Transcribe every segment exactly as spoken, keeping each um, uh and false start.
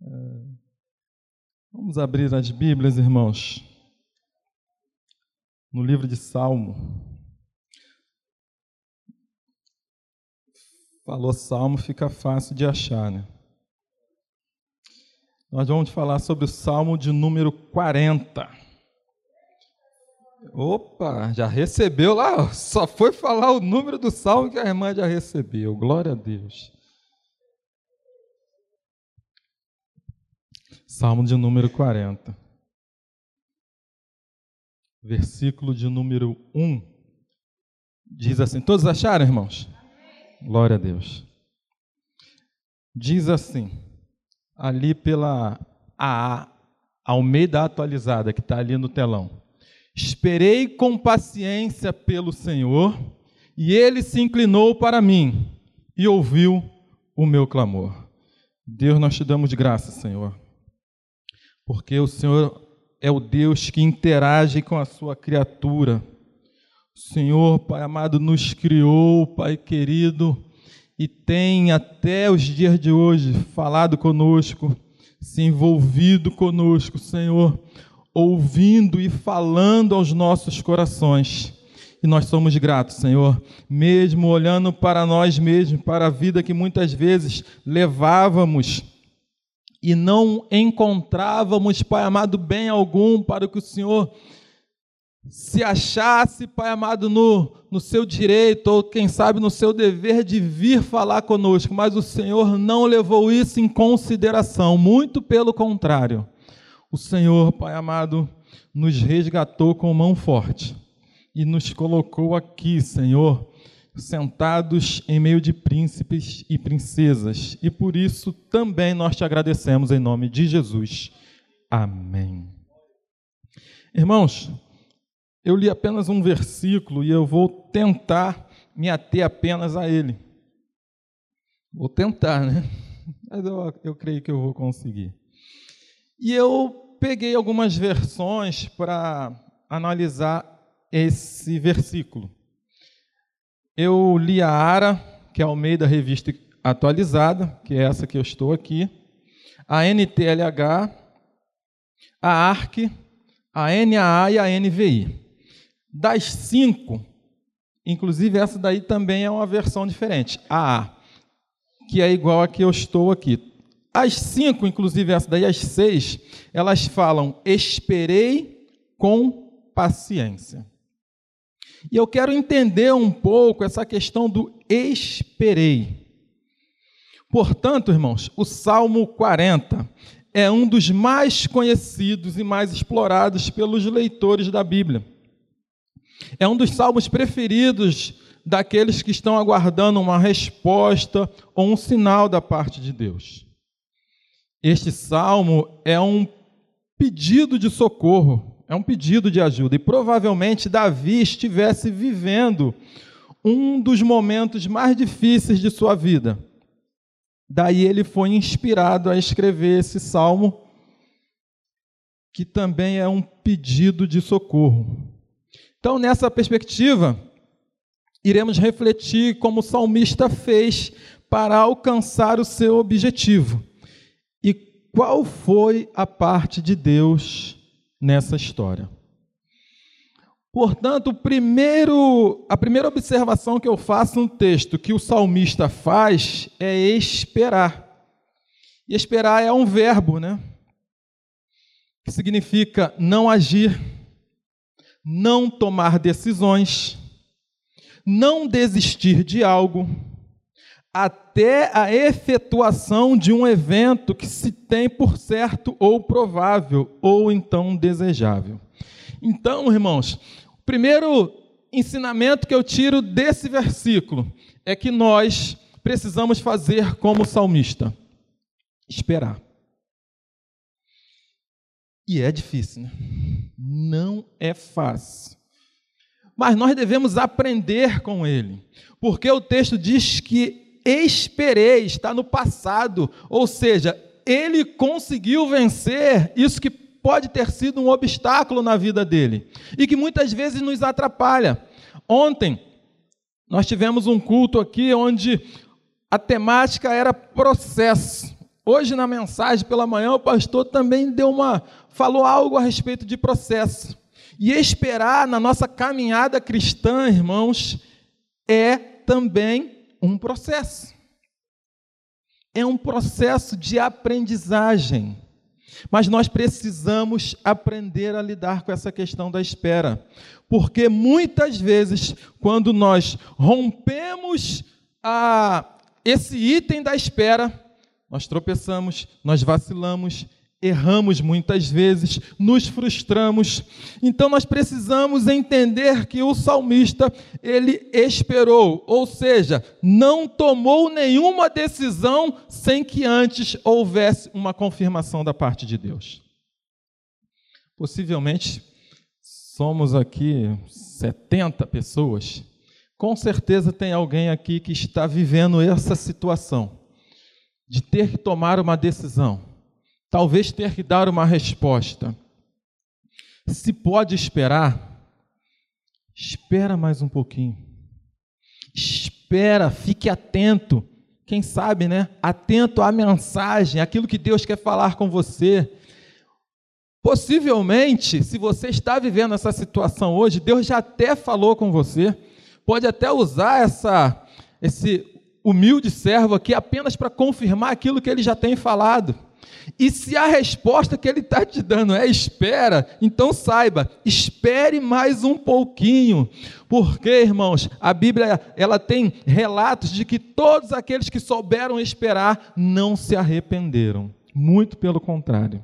Vamos abrir as Bíblias, irmãos, no livro de Salmo. Falou Salmo, fica fácil de achar, né? Nós vamos falar sobre o Salmo de número quarenta. Opa, já recebeu lá, só foi falar o número do Salmo que a irmã já recebeu, glória a Deus. Salmo de número quarenta, versículo de número um, diz assim, todos acharam, irmãos? Glória a Deus. Diz assim, ali pela A A, Almeida Atualizada, que está ali no telão. Esperei com paciência pelo Senhor, e Ele se inclinou para mim e ouviu o meu clamor. Deus, nós te damos graça, Senhor, porque o Senhor é o Deus que interage com a sua criatura. O Senhor, Pai amado, nos criou, Pai querido, e tem até os dias de hoje falado conosco, se envolvido conosco, Senhor, ouvindo e falando aos nossos corações. E nós somos gratos, Senhor, mesmo olhando para nós mesmos, para a vida que muitas vezes levávamos e não encontrávamos, Pai amado, bem algum para que o Senhor se achasse, Pai amado, no, no seu direito, ou quem sabe no seu dever de vir falar conosco, mas o Senhor não levou isso em consideração, muito pelo contrário. O Senhor, Pai amado, nos resgatou com mão forte e nos colocou aqui, Senhor, sentados em meio de príncipes e princesas, e por isso também nós te agradecemos em nome de Jesus. Amém. Irmãos, eu li apenas um versículo e eu vou tentar me ater apenas a ele. Vou tentar, né? Mas eu, eu creio que eu vou conseguir. E eu peguei algumas versões para analisar esse versículo. Eu li a ARA, que é a Almeida Revista Atualizada, que é essa que eu estou aqui, a N T L H, a ARC, a N A A e a N V I. Das cinco, inclusive essa daí também é uma versão diferente, a A, que é igual a que eu estou aqui. As cinco, inclusive essa daí, as seis, elas falam, esperei com paciência. E eu quero entender um pouco essa questão do esperei. Portanto, irmãos, o Salmo quarenta é um dos mais conhecidos e mais explorados pelos leitores da Bíblia. É um dos salmos preferidos daqueles que estão aguardando uma resposta ou um sinal da parte de Deus. Este salmo é um pedido de socorro, é um pedido de ajuda, e provavelmente Davi estivesse vivendo um dos momentos mais difíceis de sua vida. Daí ele foi inspirado a escrever esse salmo, que também é um pedido de socorro. Então, nessa perspectiva, iremos refletir como o salmista fez para alcançar o seu objetivo. E qual foi a parte de Deus nessa história? Portanto, o primeiro, a primeira observação que eu faço no texto que o salmista faz é esperar. E esperar é um verbo, né? Que significa não agir, não tomar decisões, não desistir de algo, até a efetuação de um evento que se tem por certo ou provável, ou então desejável. Então, irmãos, o primeiro ensinamento que eu tiro desse versículo é que nós precisamos fazer como o salmista, esperar. E é difícil, né? Não é fácil. Mas nós devemos aprender com ele, porque o texto diz que esperei, está no passado, ou seja, ele conseguiu vencer isso que pode ter sido um obstáculo na vida dele, e que muitas vezes nos atrapalha. Ontem, nós tivemos um culto aqui, onde a temática era processo, Hoje na mensagem pela manhã o pastor também deu uma, falou algo a respeito de processo. E esperar na nossa caminhada cristã, irmãos, é também um processo. É um processo de aprendizagem. Mas nós precisamos aprender a lidar com essa questão da espera. Porque muitas vezes, quando nós rompemos a, esse item da espera, nós tropeçamos, nós vacilamos, erramos muitas vezes, nos frustramos. Então nós precisamos entender que o salmista, ele esperou, ou seja, não tomou nenhuma decisão sem que antes houvesse uma confirmação da parte de Deus. Possivelmente, somos aqui setenta pessoas, com certeza tem alguém aqui que está vivendo essa situação, de ter que tomar uma decisão, talvez ter que dar uma resposta. Se pode esperar, espera mais um pouquinho. Espera, fique atento. Quem sabe, né? Atento à mensagem, aquilo que Deus quer falar com você. Possivelmente, se você está vivendo essa situação hoje, Deus já até falou com você. Pode até usar essa, esse humilde servo aqui apenas para confirmar aquilo que ele já tem falado. E se a resposta que ele está te dando é espera, então saiba, espere mais um pouquinho, porque, irmãos, a Bíblia ela tem relatos de que todos aqueles que souberam esperar não se arrependeram, muito pelo contrário.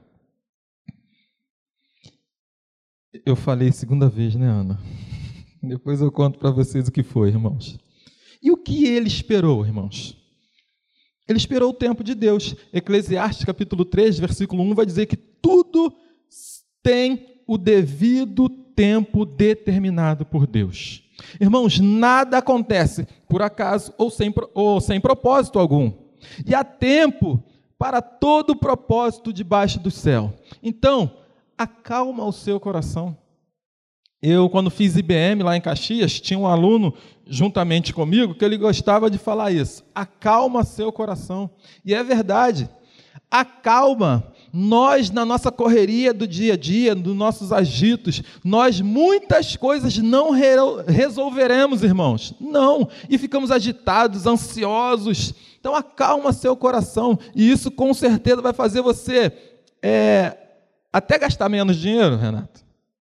Eu falei segunda vez, né, Ana? Depois eu conto para vocês o que foi, irmãos. E o que ele esperou, irmãos? Ele esperou o tempo de Deus. Eclesiastes capítulo três, versículo um, vai dizer que tudo tem o devido tempo determinado por Deus. Irmãos, nada acontece por acaso ou sem, ou sem propósito algum. E há tempo para todo propósito debaixo do céu. Então, acalma o seu coração. Eu, quando fiz I B M lá em Caxias, tinha um aluno juntamente comigo que ele gostava de falar isso. Acalma seu coração. E é verdade. Acalma. Nós, na nossa correria do dia a dia, dos nossos agitos, nós muitas coisas não re- resolveremos, irmãos. Não. E ficamos agitados, ansiosos. Então, acalma seu coração. E isso, com certeza, vai fazer você é, até gastar menos dinheiro, Renato.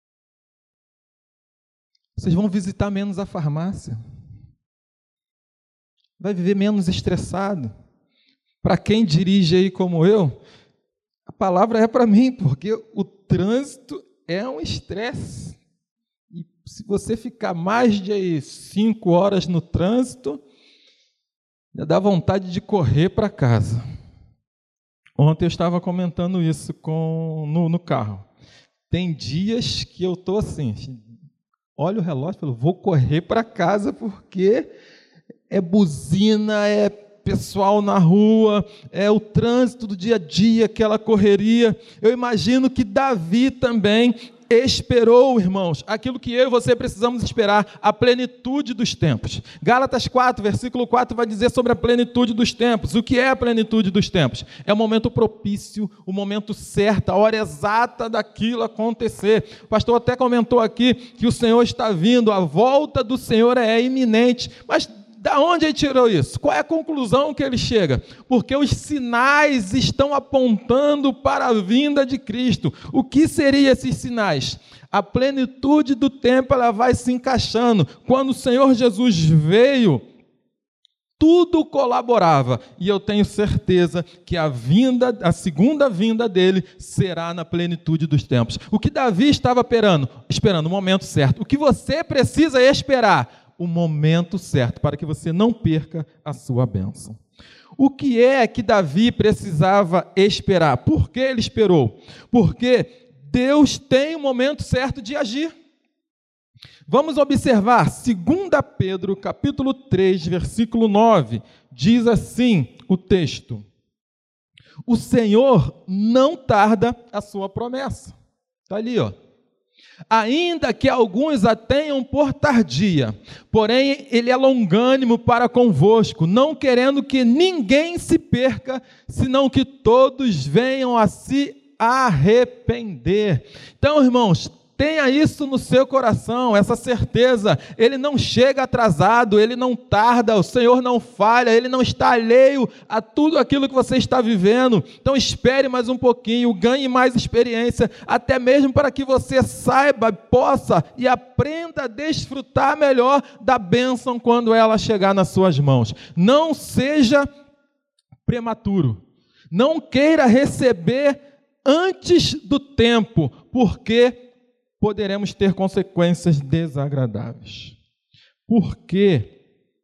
Vocês vão visitar menos a farmácia. Vai viver menos estressado. Para quem dirige aí como eu, a palavra é para mim, porque o trânsito é um estresse. E se você ficar mais de cinco horas no trânsito, já dá vontade de correr para casa. Ontem eu estava comentando isso com, no, no carro. Tem dias que eu estou assim... Olha o relógio e falo, vou correr para casa porque é buzina, é pessoal na rua, é o trânsito do dia a dia, aquela correria. Eu imagino que Davi também esperou, irmãos, aquilo que eu e você precisamos esperar, a plenitude dos tempos. Gálatas quatro, versículo quatro, vai dizer sobre a plenitude dos tempos. O que é a plenitude dos tempos? É o momento propício, o momento certo, a hora exata daquilo acontecer. O pastor até comentou aqui que o Senhor está vindo, a volta do Senhor é iminente, mas da onde ele tirou isso? Qual é a conclusão que ele chega? Porque os sinais estão apontando para a vinda de Cristo. O que seriam esses sinais? A plenitude do tempo ela vai se encaixando. Quando o Senhor Jesus veio, tudo colaborava. E eu tenho certeza que a vinda, a segunda vinda dele será na plenitude dos tempos. O que Davi estava esperando? Esperando o momento certo. O que você precisa esperar? O momento certo, para que você não perca a sua bênção. O que é que Davi precisava esperar? Por que ele esperou? Porque Deus tem o momento certo de agir. Vamos observar, segunda Pedro, capítulo três, versículo nove, diz assim o texto: o Senhor não tarda a sua promessa. Está ali, ó. Ainda que alguns a tenham por tardia, porém ele é longânimo para convosco, não querendo que ninguém se perca, senão que todos venham a se arrepender. Então, irmãos, tenha isso no seu coração, essa certeza. Ele não chega atrasado, ele não tarda, o Senhor não falha, ele não está alheio a tudo aquilo que você está vivendo. Então espere mais um pouquinho, ganhe mais experiência, até mesmo para que você saiba, possa e aprenda a desfrutar melhor da bênção quando ela chegar nas suas mãos. Não seja prematuro, não queira receber antes do tempo, porque poderemos ter consequências desagradáveis. Por que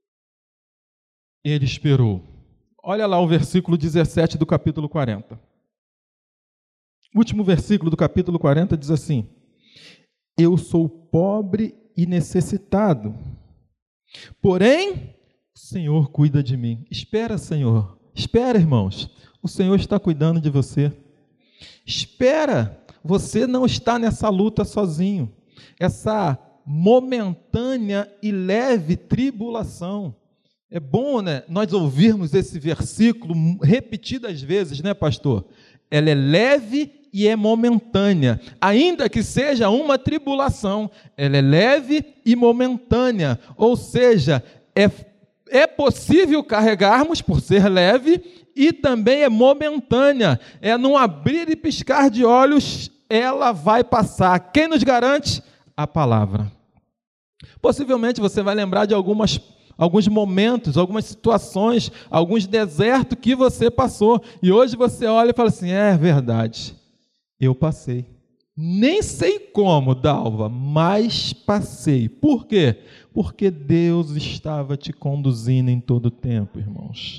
ele esperou? Olha lá o versículo dezessete do capítulo quarenta. O último versículo do capítulo quarenta diz assim: eu sou pobre e necessitado, porém o Senhor cuida de mim. Espera, Senhor. Espera, irmãos. O Senhor está cuidando de você. Espera. Você não está nessa luta sozinho. Essa momentânea e leve tribulação. É bom, né, nós ouvirmos esse versículo repetidas vezes, né, pastor? Ela é leve e é momentânea. Ainda que seja uma tribulação, ela é leve e momentânea. Ou seja, é, é possível carregarmos por ser leve e também é momentânea. É num abrir e piscar de olhos, ela vai passar. Quem nos garante? A palavra. Possivelmente você vai lembrar de algumas, alguns momentos, algumas situações, alguns desertos que você passou. E hoje você olha e fala assim, é verdade, eu passei. Nem sei como, Dalva, mas passei. Por quê? Porque Deus estava te conduzindo em todo o tempo, irmãos.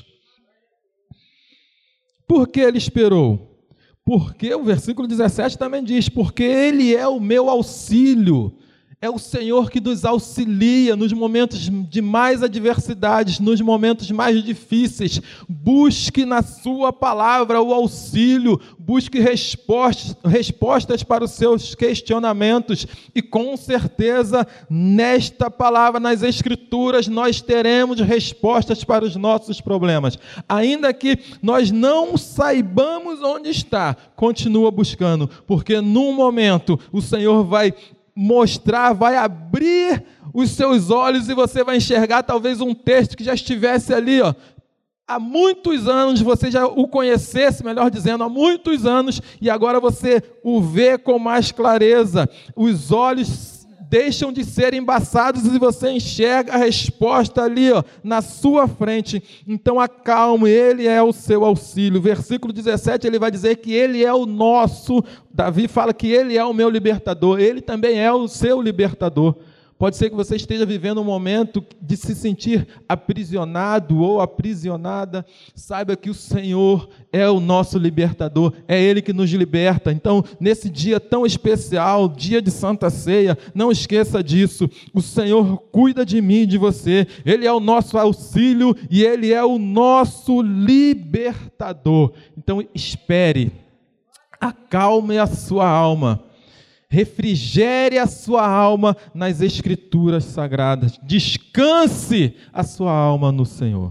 Por que ele esperou? Porque o versículo dezessete também diz, porque Ele é o meu auxílio, é o Senhor que nos auxilia nos momentos de mais adversidades, nos momentos mais difíceis. Busque na sua palavra o auxílio, busque respostas, respostas para os seus questionamentos, e com certeza nesta palavra, nas Escrituras, nós teremos respostas para os nossos problemas. Ainda que nós não saibamos onde está, continua buscando, porque num momento o Senhor vai mostrar, vai abrir os seus olhos e você vai enxergar talvez um texto que já estivesse ali, ó, há muitos anos, você já o conhecesse, melhor dizendo, há muitos anos, e agora você o vê com mais clareza. Os olhos deixam de ser embaçados e você enxerga a resposta ali, ó, na sua frente. Então acalme, Ele é o seu auxílio. Versículo dezessete, ele vai dizer que Ele é o nosso. Davi fala que Ele é o meu libertador, Ele também é o seu libertador. Pode ser que você esteja vivendo um momento de se sentir aprisionado ou aprisionada. Saiba que o Senhor é o nosso libertador, é Ele que nos liberta. Então, nesse dia tão especial, dia de Santa Ceia, não esqueça disso. O Senhor cuida de mim e de você. Ele é o nosso auxílio e Ele é o nosso libertador. Então, espere, acalme a sua alma. Refrigere a sua alma nas Escrituras Sagradas. Descanse a sua alma no Senhor.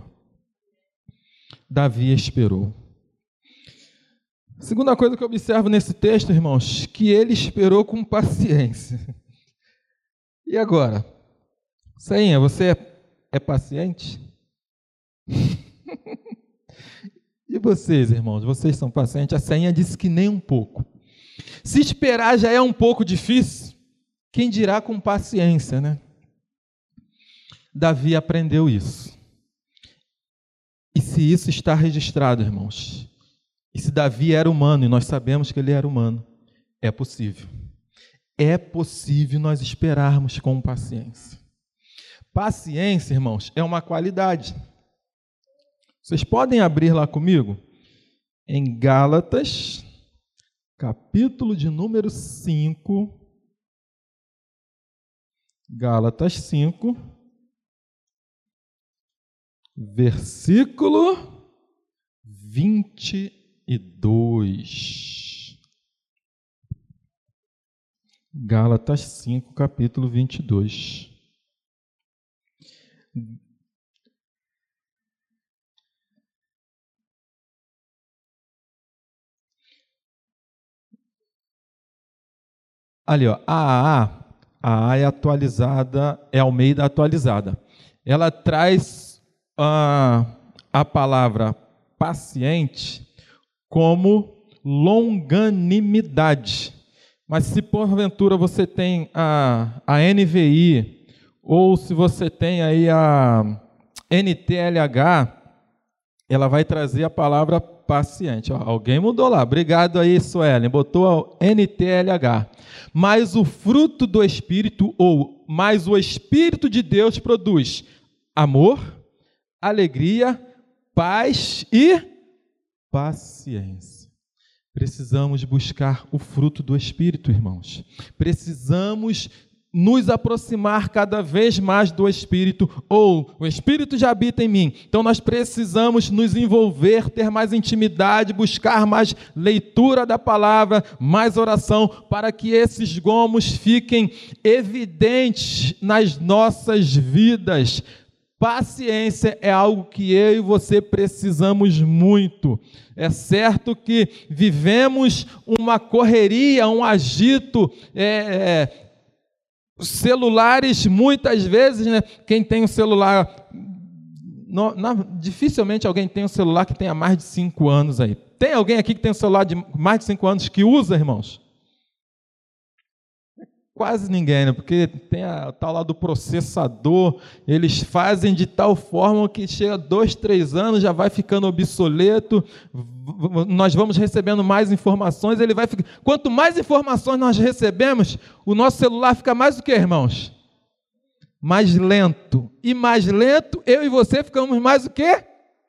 Davi esperou. Segunda coisa que eu observo nesse texto, irmãos, que ele esperou com paciência. E agora? Sainha, você é, é paciente? E vocês, irmãos, vocês são pacientes? A Sainha disse que nem um pouco. Se esperar já é um pouco difícil, quem dirá com paciência, né? Davi aprendeu isso. E se isso está registrado, irmãos, e se Davi era humano, e nós sabemos que ele era humano, é possível. É possível nós esperarmos com paciência. Paciência, irmãos, é uma qualidade. Vocês podem abrir lá comigo? Em Gálatas, capítulo de número cinco, Gálatas cinco, versículo vinte e dois. Gálatas cinco, capítulo vinte e dois. Ali, ó, a A, a A é atualizada, é Almeida atualizada. Ela traz a, a palavra paciente como longanimidade. Mas se porventura você tem a, a N V I, ou se você tem aí a N T L H, ela vai trazer a palavra paciente. Ó, alguém mudou lá. Obrigado aí, Suelen. Botou a N T L H. Mas o fruto do Espírito, ou mais o Espírito de Deus produz amor, alegria, paz e paciência. Precisamos buscar o fruto do Espírito, irmãos. Precisamos nos aproximar cada vez mais do Espírito, ou o Espírito já habita em mim. Então nós precisamos nos envolver, ter mais intimidade, buscar mais leitura da palavra, mais oração, para que esses gomos fiquem evidentes nas nossas vidas. Paciência é algo que eu e você precisamos muito. É certo que vivemos uma correria, um agito, é, é, celulares, muitas vezes, né? Quem tem um celular, não, não, dificilmente alguém tem um celular que tenha mais de cinco anos aí. Tem alguém aqui que tem um celular de mais de cinco anos que usa, irmãos? Quase ninguém, né? Porque tem a tal lá do processador, eles fazem de tal forma que chega a dois, três anos, já vai ficando obsoleto, nós vamos recebendo mais informações, ele vai ficar... Quanto mais informações nós recebemos, o nosso celular fica mais o que, irmãos? Mais lento. E mais lento, eu e você ficamos mais o quê?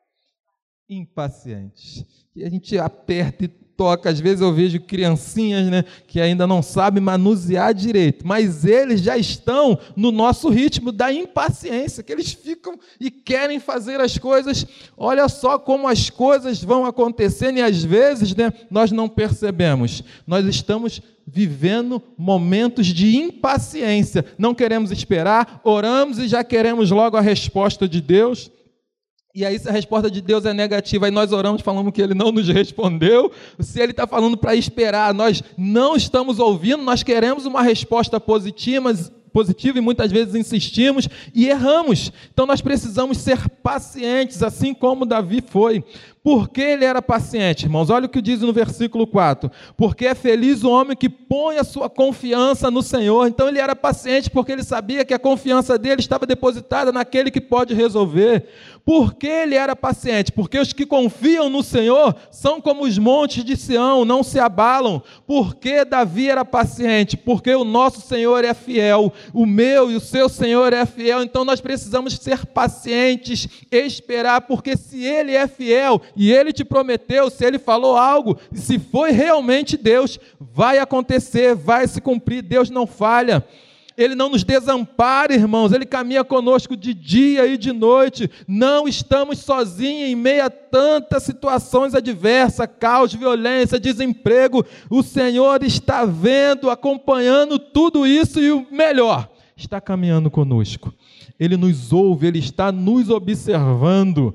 Impacientes. E a gente aperta e toca, às vezes eu vejo criancinhas, né, que ainda não sabem manusear direito, mas eles já estão no nosso ritmo da impaciência, que eles ficam e querem fazer as coisas. Olha só como as coisas vão acontecendo e às vezes, né, nós não percebemos. Nós estamos vivendo momentos de impaciência, não queremos esperar, oramos e já queremos logo a resposta de Deus. E aí, se a resposta de Deus é negativa, aí nós oramos, falamos que Ele não nos respondeu. Se Ele está falando para esperar, nós não estamos ouvindo, nós queremos uma resposta positiva, mas, positiva e muitas vezes insistimos e erramos. Então, nós precisamos ser pacientes, assim como Davi foi. Por que ele era paciente, irmãos? Olha o que diz no versículo quatro. Porque é feliz o homem que põe a sua confiança no Senhor. Então ele era paciente porque ele sabia que a confiança dele estava depositada naquele que pode resolver. Por que ele era paciente? Porque os que confiam no Senhor são como os montes de Sião, não se abalam. Por que Davi era paciente? Porque o nosso Senhor é fiel, o meu e o seu Senhor é fiel. Então nós precisamos ser pacientes, esperar, porque se Ele é fiel e Ele te prometeu, se Ele falou algo, se foi realmente Deus, vai acontecer, vai se cumprir. Deus não falha. Ele não nos desampara, irmãos, Ele caminha conosco de dia e de noite, não estamos sozinhos em meio a tantas situações adversas, caos, violência, desemprego. O Senhor está vendo, acompanhando tudo isso e o melhor, está caminhando conosco. Ele nos ouve, Ele está nos observando.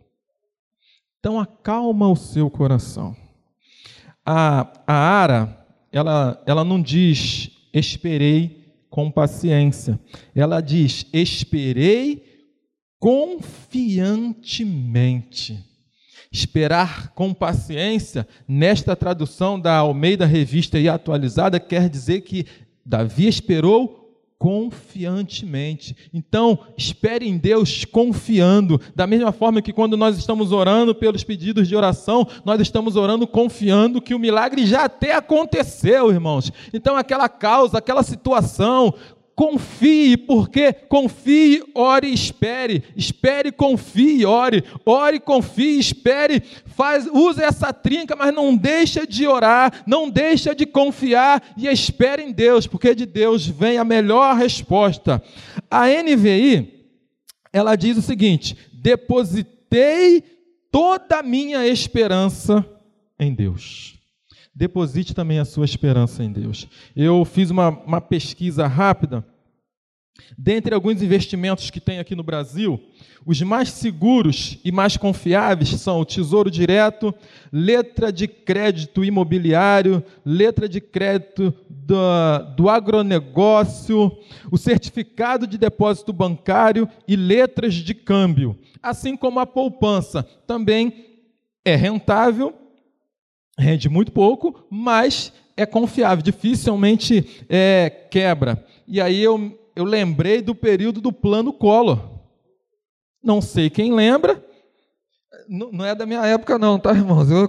Então acalma o seu coração. A, a Ara, ela, ela não diz, esperei com paciência. Ela diz, esperei confiantemente. Esperar com paciência, nesta tradução da Almeida Revista e Atualizada, quer dizer que Davi esperou confiantemente. Então, espere em Deus confiando. Da mesma forma que quando nós estamos orando pelos pedidos de oração, nós estamos orando confiando que o milagre já até aconteceu, irmãos. Então, aquela causa, aquela situação, confie, porque confie, ore e espere. Espere, confie, ore. Ore, confie, espere. Faz, use essa trinca, mas não deixa de orar, não deixa de confiar e espere em Deus, porque de Deus vem a melhor resposta. A N V I, ela diz o seguinte, depositei toda a minha esperança em Deus. Deposite também a sua esperança em Deus. Eu fiz uma, uma pesquisa rápida. Dentre alguns investimentos que tem aqui no Brasil, os mais seguros e mais confiáveis são o Tesouro Direto, letra de crédito imobiliário, letra de crédito do, do agronegócio, o certificado de depósito bancário e letras de câmbio, assim como a poupança. Também é rentável, rende muito pouco, mas é confiável, dificilmente é, quebra. E aí eu... Eu lembrei do período do Plano Collor. Não sei quem lembra. Não, não é da minha época não, tá, irmãos? Eu,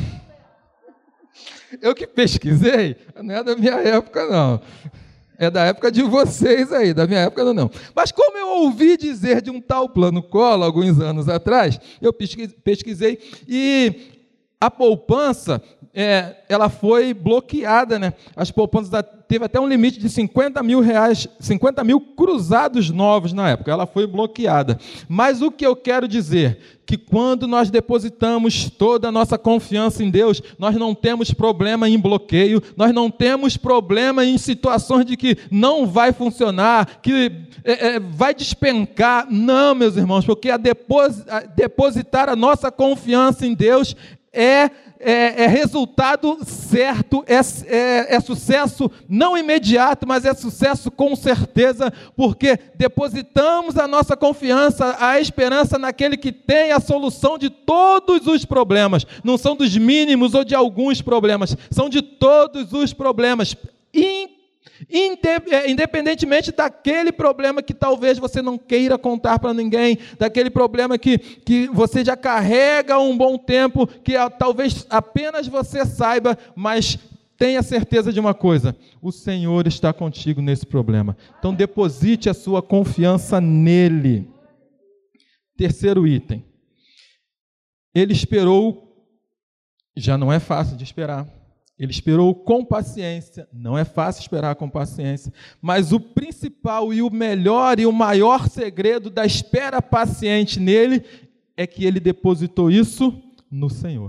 eu que pesquisei, não é da minha época não. É da época de vocês aí, da minha época não. Mas como eu ouvi dizer de um tal Plano Collor, alguns anos atrás, eu pesquisei e a poupança, é, ela foi bloqueada, né? As poupanças teve até um limite de cinquenta mil reais, cinquenta mil cruzados novos na época, ela foi bloqueada. Mas o que eu quero dizer? Que quando nós depositamos toda a nossa confiança em Deus, nós não temos problema em bloqueio, nós não temos problema em situações de que não vai funcionar, que é, é, vai despencar. Não, meus irmãos, porque a depos, a depositar a nossa confiança em Deus é É, é resultado certo, é, é, é sucesso não imediato, mas é sucesso com certeza, porque depositamos a nossa confiança, a esperança naquele que tem a solução de todos os problemas. Não são dos mínimos ou de alguns problemas, são de todos os problemas. Independentemente daquele problema que talvez você não queira contar para ninguém, daquele problema que, que você já carrega há um bom tempo, que talvez apenas você saiba, mas tenha certeza de uma coisa: o Senhor está contigo nesse problema. Então deposite a sua confiança nele. Terceiro item. Ele esperou, já não é fácil de esperar. Ele esperou com paciência, não é fácil esperar com paciência, mas o principal e o melhor e o maior segredo da espera paciente nele é que ele depositou isso no Senhor.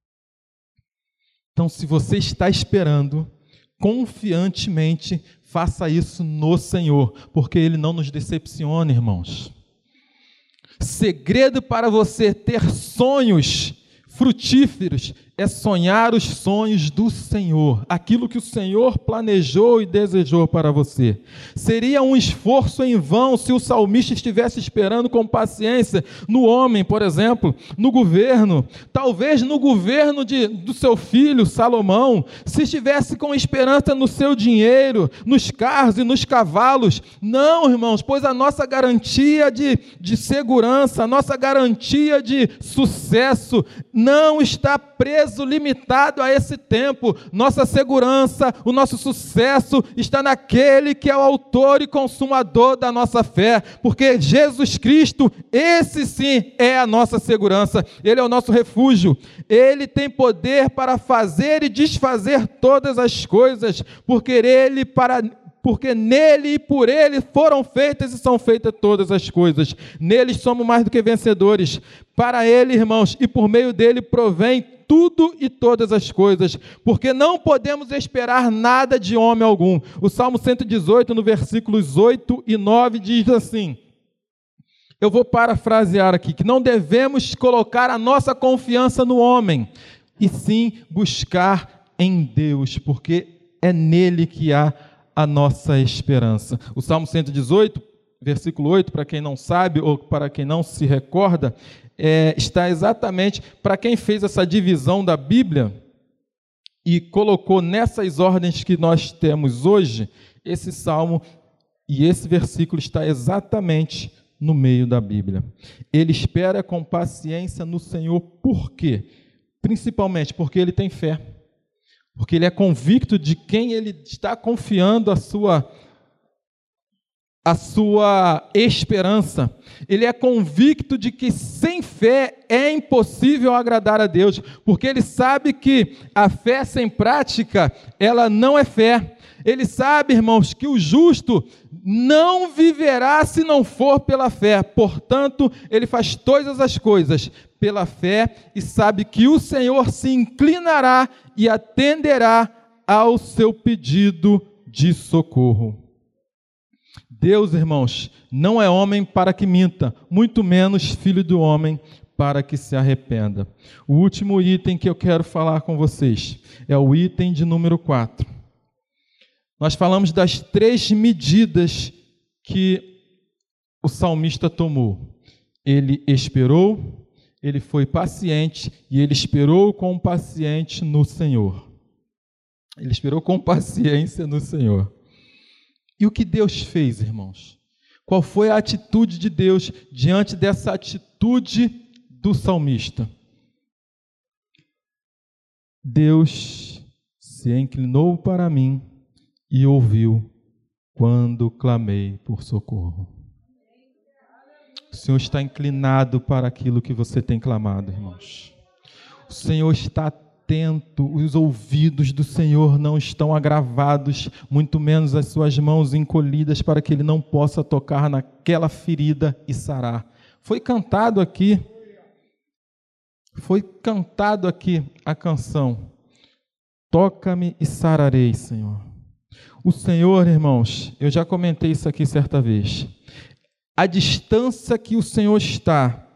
Então, se você está esperando, confiantemente, faça isso no Senhor, porque Ele não nos decepciona, irmãos. Segredo para você ter sonhos frutíferos é sonhar os sonhos do Senhor, aquilo que o Senhor planejou e desejou para você. Seria um esforço em vão se o salmista estivesse esperando com paciência no homem, por exemplo, no governo, talvez no governo de, do seu filho Salomão, se estivesse com esperança no seu dinheiro, nos carros e nos cavalos. Não, irmãos, pois a nossa garantia de, de segurança, a nossa garantia de sucesso não está presa limitado a esse tempo. Nossa segurança, o nosso sucesso está naquele que é o autor e consumador da nossa fé, porque Jesus Cristo, esse sim é a nossa segurança, Ele é o nosso refúgio, Ele tem poder para fazer e desfazer todas as coisas, porque Ele para porque nele e por ele foram feitas e são feitas todas as coisas. Nele somos mais do que vencedores. Para ele, irmãos, e por meio dele provém tudo e todas as coisas, porque não podemos esperar nada de homem algum. O Salmo cento e dezoito, no versículos oito e nove, diz assim, eu vou parafrasear aqui, que não devemos colocar a nossa confiança no homem, e sim buscar em Deus, porque é nele que há a nossa esperança. O Salmo cento e dezoito, versículo oito, para quem não sabe ou para quem não se recorda, é, está exatamente para quem fez essa divisão da Bíblia e colocou nessas ordens que nós temos hoje, esse salmo e esse versículo está exatamente no meio da Bíblia. Ele espera com paciência no Senhor, por quê? Principalmente porque ele tem fé. Porque ele é convicto de quem ele está confiando a sua, a sua esperança. Ele é convicto de que sem fé é impossível agradar a Deus, porque ele sabe que a fé sem prática, ela não é fé. Ele sabe, irmãos, que o justo não viverá se não for pela fé. Portanto, ele faz todas as coisas pela fé e sabe que o Senhor se inclinará e atenderá ao seu pedido de socorro. Deus, irmãos, não é homem para que minta, muito menos filho do homem para que se arrependa. O último item que eu quero falar com vocês é o item de número quatro. Nós falamos das três medidas que o salmista tomou. Ele esperou, ele foi paciente e ele esperou com paciência no Senhor. Ele esperou com paciência no Senhor. E o que Deus fez, irmãos? Qual foi a atitude de Deus diante dessa atitude do salmista? Deus se inclinou para mim e ouviu quando clamei por socorro. O Senhor está inclinado para aquilo que você tem clamado, irmãos. O Senhor está atento, os ouvidos do Senhor não estão agravados, muito menos as suas mãos encolhidas para que Ele não possa tocar naquela ferida e sarar. Foi cantado aqui, foi cantado aqui a canção, toca-me e sararei, Senhor. O Senhor, irmãos, eu já comentei isso aqui certa vez, a distância que o Senhor está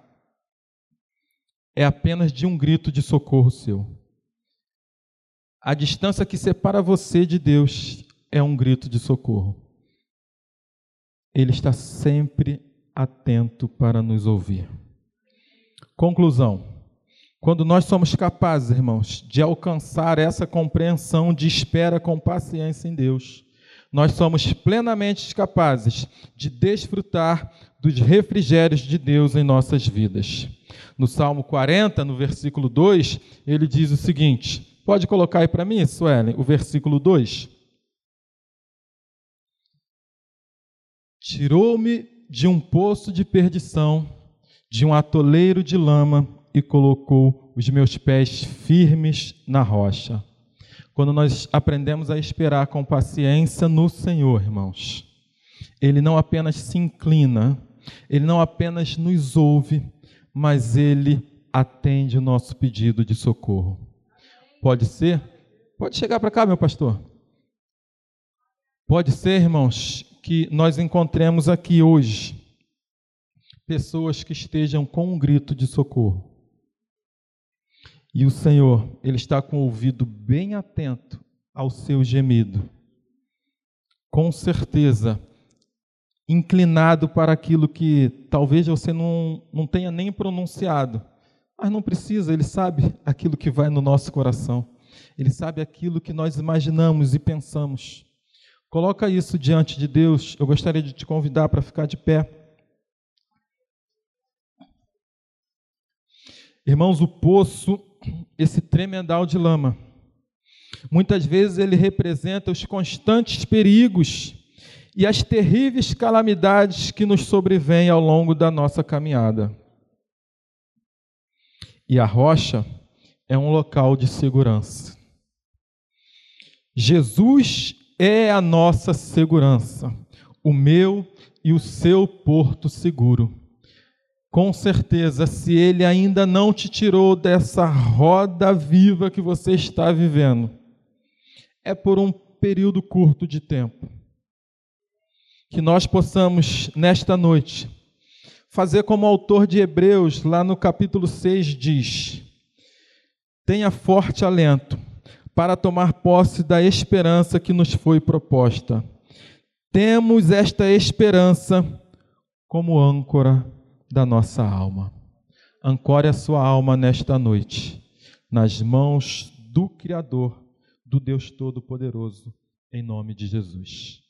é apenas de um grito de socorro seu. A distância que separa você de Deus é um grito de socorro. Ele está sempre atento para nos ouvir. Conclusão. Quando nós somos capazes, irmãos, de alcançar essa compreensão de espera com paciência em Deus, nós somos plenamente capazes de desfrutar dos refrigérios de Deus em nossas vidas. No Salmo quarenta, no versículo dois, ele diz o seguinte... Pode colocar aí para mim, Suelen, o versículo dois. Tirou-me de um poço de perdição, de um atoleiro de lama, e colocou os meus pés firmes na rocha. Quando nós aprendemos a esperar com paciência no Senhor, irmãos, Ele não apenas se inclina, Ele não apenas nos ouve, mas Ele atende o nosso pedido de socorro. Pode ser? Pode chegar para cá, meu pastor. Pode ser, irmãos, que nós encontremos aqui hoje pessoas que estejam com um grito de socorro. E o Senhor, Ele está com o ouvido bem atento ao seu gemido. Com certeza, inclinado para aquilo que talvez você não, não tenha nem pronunciado. Mas não precisa, Ele sabe aquilo que vai no nosso coração. Ele sabe aquilo que nós imaginamos e pensamos. Coloca isso diante de Deus. Eu gostaria de te convidar para ficar de pé. Irmãos, o poço, esse tremendal de lama, muitas vezes ele representa os constantes perigos e as terríveis calamidades que nos sobrevêm ao longo da nossa caminhada. E a rocha é um local de segurança. Jesus é a nossa segurança, o meu e o seu porto seguro. Com certeza, se Ele ainda não te tirou dessa roda viva que você está vivendo, é por um período curto de tempo. Que nós possamos, nesta noite, fazer como o autor de Hebreus, lá no capítulo seis, diz: tenha forte alento para tomar posse da esperança que nos foi proposta. Temos esta esperança como âncora da nossa alma. Ancore a sua alma nesta noite, nas mãos do Criador, do Deus Todo-Poderoso, em nome de Jesus.